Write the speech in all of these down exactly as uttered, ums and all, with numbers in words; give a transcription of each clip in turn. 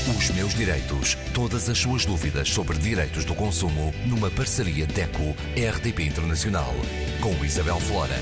Os meus direitos. Todas as suas dúvidas sobre direitos do consumo numa parceria DECO-R T P Internacional. Com Isabel Flora.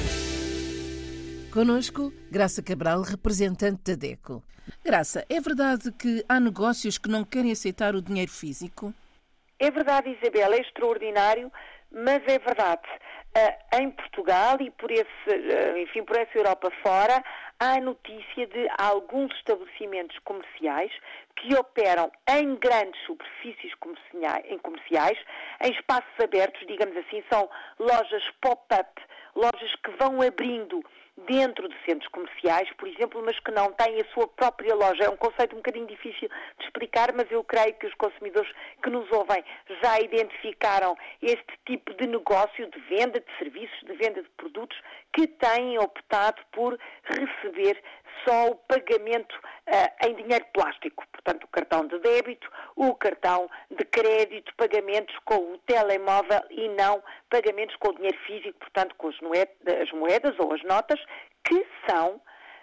Connosco, Graça Cabral, representante da DECO. Graça, é verdade que há negócios que não querem aceitar o dinheiro físico? É verdade, Isabel, é extraordinário, mas é verdade. Uh, em Portugal e por, esse, uh, enfim, por essa Europa fora, há a notícia de alguns estabelecimentos comerciais que operam em grandes superfícies comerciais, em comerciais, em espaços abertos, digamos assim, são lojas pop-up, lojas que vão abrindo dentro de centros comerciais, por exemplo, mas que não têm a sua própria loja. É um conceito um bocadinho difícil de explicar, mas eu creio que os consumidores que nos ouvem já identificaram este tipo de negócio de venda de serviços, de venda de produtos, que têm optado por receber só o pagamento uh, em dinheiro plástico. Portanto, o cartão de débito, o cartão de crédito, pagamentos com o telemóvel e não pagamentos com o dinheiro físico, portanto, com as moedas ou as notas, que são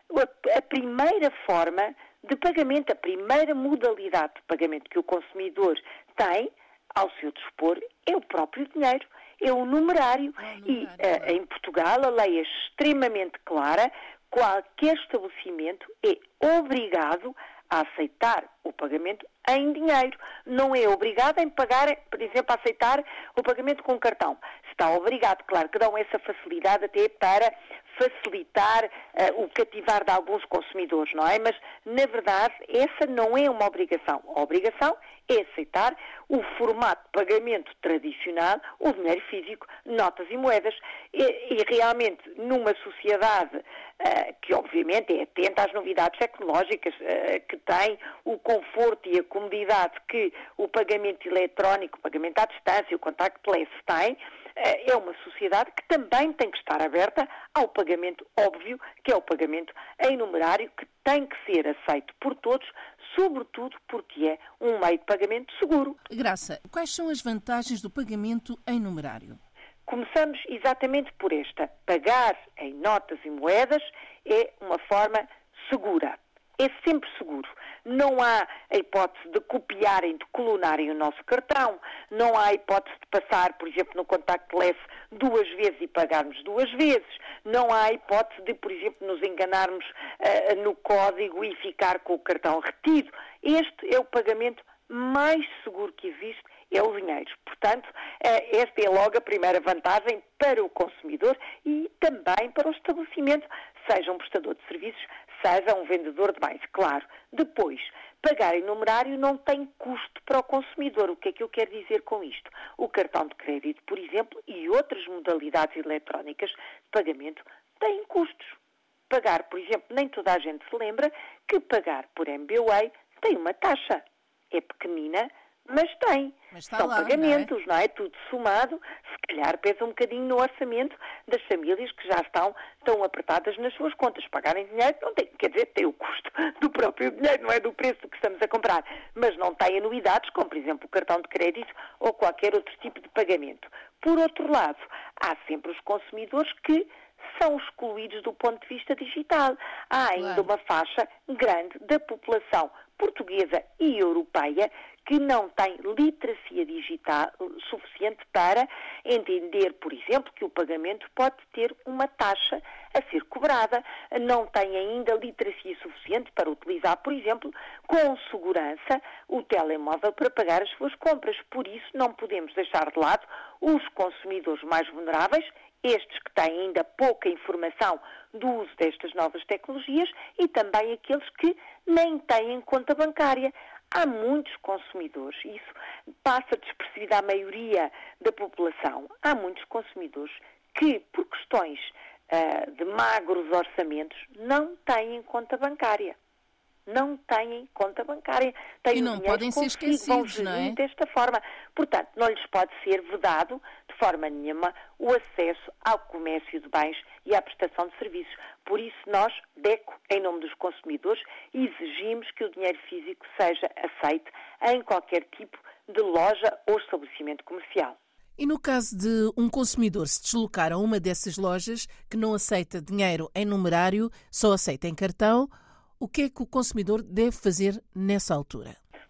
a primeira forma de pagamento, a primeira modalidade de pagamento que o consumidor tem ao seu dispor é o próprio dinheiro, é o numerário. É o numerário e uh, em Portugal a lei é extremamente clara. Qualquer estabelecimento é obrigado a aceitar o pagamento em dinheiro. Não é obrigado em pagar, por exemplo, a aceitar o pagamento com cartão. Está obrigado, claro que dão essa facilidade até para facilitar uh, o cativar de alguns consumidores, não é? Mas, na verdade, essa não é uma obrigação. A obrigação é aceitar o formato de pagamento tradicional, o dinheiro físico, notas e moedas. E, e realmente, numa sociedade uh, que, obviamente, é atenta às novidades tecnológicas, uh, que tem o conforto e a comodidade que o pagamento eletrónico, o pagamento à distância, o contactless tem, é uma sociedade que também tem que estar aberta ao pagamento óbvio, que é o pagamento em numerário, que tem que ser aceito por todos, sobretudo porque é um meio de pagamento seguro. Graça, quais são as vantagens do pagamento em numerário? Começamos exatamente por esta. Pagar em notas e moedas é uma forma segura. É sempre seguro. Não há a hipótese de copiarem, de clonarem o nosso cartão, não há a hipótese de passar, por exemplo, no contactless duas vezes e pagarmos duas vezes, não há a hipótese de, por exemplo, nos enganarmos uh, no código e ficar com o cartão retido. Este é o pagamento mais seguro que existe, é o dinheiro. Portanto, esta é logo a primeira vantagem para o consumidor e também para o estabelecimento, seja um prestador de serviços, seja um vendedor de bens, claro. Depois, pagar em numerário não tem custo para o consumidor. O que é que eu quero dizer com isto? O cartão de crédito, por exemplo, e outras modalidades eletrónicas de pagamento têm custos. Pagar, por exemplo, nem toda a gente se lembra que pagar por M B W A tem uma taxa. É pequenina, mas tem. Mas está São lá, pagamentos, não é? não é? Tudo somado, se calhar pesa um bocadinho no orçamento das famílias que já estão tão apertadas nas suas contas. Pagarem dinheiro não tem, quer dizer, tem o custo do próprio dinheiro, não é do preço que estamos a comprar, mas não tem anuidades, como por exemplo o cartão de crédito ou qualquer outro tipo de pagamento. Por outro lado, há sempre os consumidores que são excluídos do ponto de vista digital. Há ainda Claro. uma faixa grande da população portuguesa e europeia que não tem literacia digital suficiente para entender, por exemplo, que o pagamento pode ter uma taxa a ser cobrada. Não tem ainda literacia suficiente para utilizar, por exemplo, com segurança o telemóvel para pagar as suas compras. Por isso, não podemos deixar de lado os consumidores mais vulneráveis, estes que têm ainda pouca informação do uso destas novas tecnologias e também aqueles que nem têm conta bancária. Há muitos consumidores, isso passa despercebido à maioria da população, há muitos consumidores que, por questões uh, de magros orçamentos, não têm conta bancária. Não têm conta bancária. Têm E não dinheiro podem ser consigo, vão esquecidos, gerir não é? desta forma. Portanto, não lhes pode ser vedado de forma nenhuma o acesso ao comércio de bens e à prestação de serviços. Por isso, nós, DECO, em nome dos consumidores, exigimos que o dinheiro físico seja aceite em qualquer tipo de loja ou estabelecimento comercial. E no caso de um consumidor se deslocar a uma dessas lojas que não aceita dinheiro em numerário, só aceita em cartão, o que é que o consumidor deve fazer nessa altura? O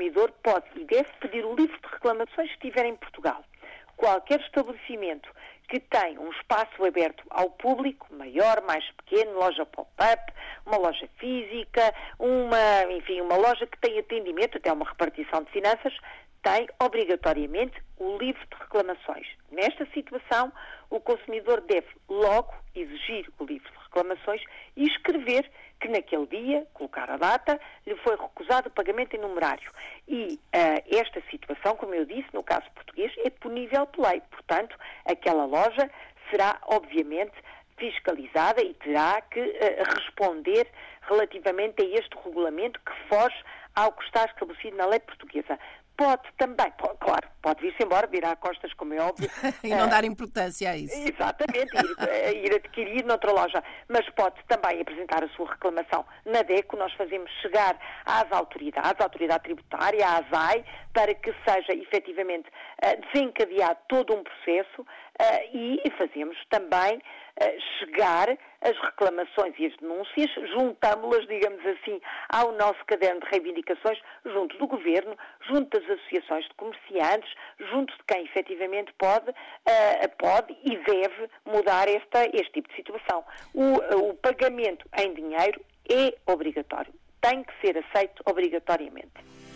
consumidor pode e deve pedir o livro de reclamações que estiver em Portugal. Qualquer estabelecimento que tem um espaço aberto ao público, maior, mais pequeno, loja pop-up, uma loja física, uma, enfim, uma loja que tem atendimento, até uma repartição de finanças, tem obrigatoriamente o livro de reclamações. Nesta situação, o consumidor deve logo exigir o livro de reclamações e escrever que naquele dia, colocar a data, lhe foi recusado o pagamento em numerário. E uh, esta situação, como eu disse, no caso português, é punível pela lei. Portanto, aquela loja será, obviamente, fiscalizada e terá que uh, responder relativamente a este regulamento que foge ao que está estabelecido na lei portuguesa. Pode também, pode, claro, pode vir-se embora, virar costas, como é óbvio. E não uh, dar importância a isso. Exatamente, ir, ir adquirir noutra loja. Mas pode também apresentar a sua reclamação na DECO. Nós fazemos chegar às autoridades, à autoridade tributária, à ASAI, para que seja efetivamente uh, desencadeado todo um processo uh, e fazemos também uh, chegar as reclamações e as denúncias, juntámo-las, digamos assim, ao nosso caderno de reivindicações, junto do Governo, junto das associações de comerciantes, junto de quem efetivamente pode, uh, pode e deve mudar esta, este tipo de situação. O, o pagamento em dinheiro é obrigatório, tem que ser aceito obrigatoriamente.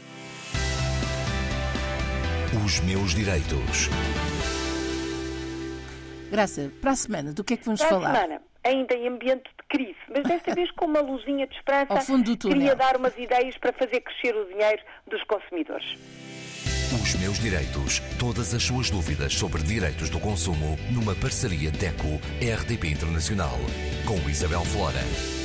Os meus direitos. Graça, para a semana, do que é que vamos para falar? Para a semana, ainda em ambiente de crise, mas desta vez com uma luzinha de esperança, ao fundo do túnel. Queria dar umas ideias para fazer crescer o dinheiro dos consumidores. Os meus direitos. Todas as suas dúvidas sobre direitos do consumo numa parceria DECO-R D P Internacional com Isabel Flora.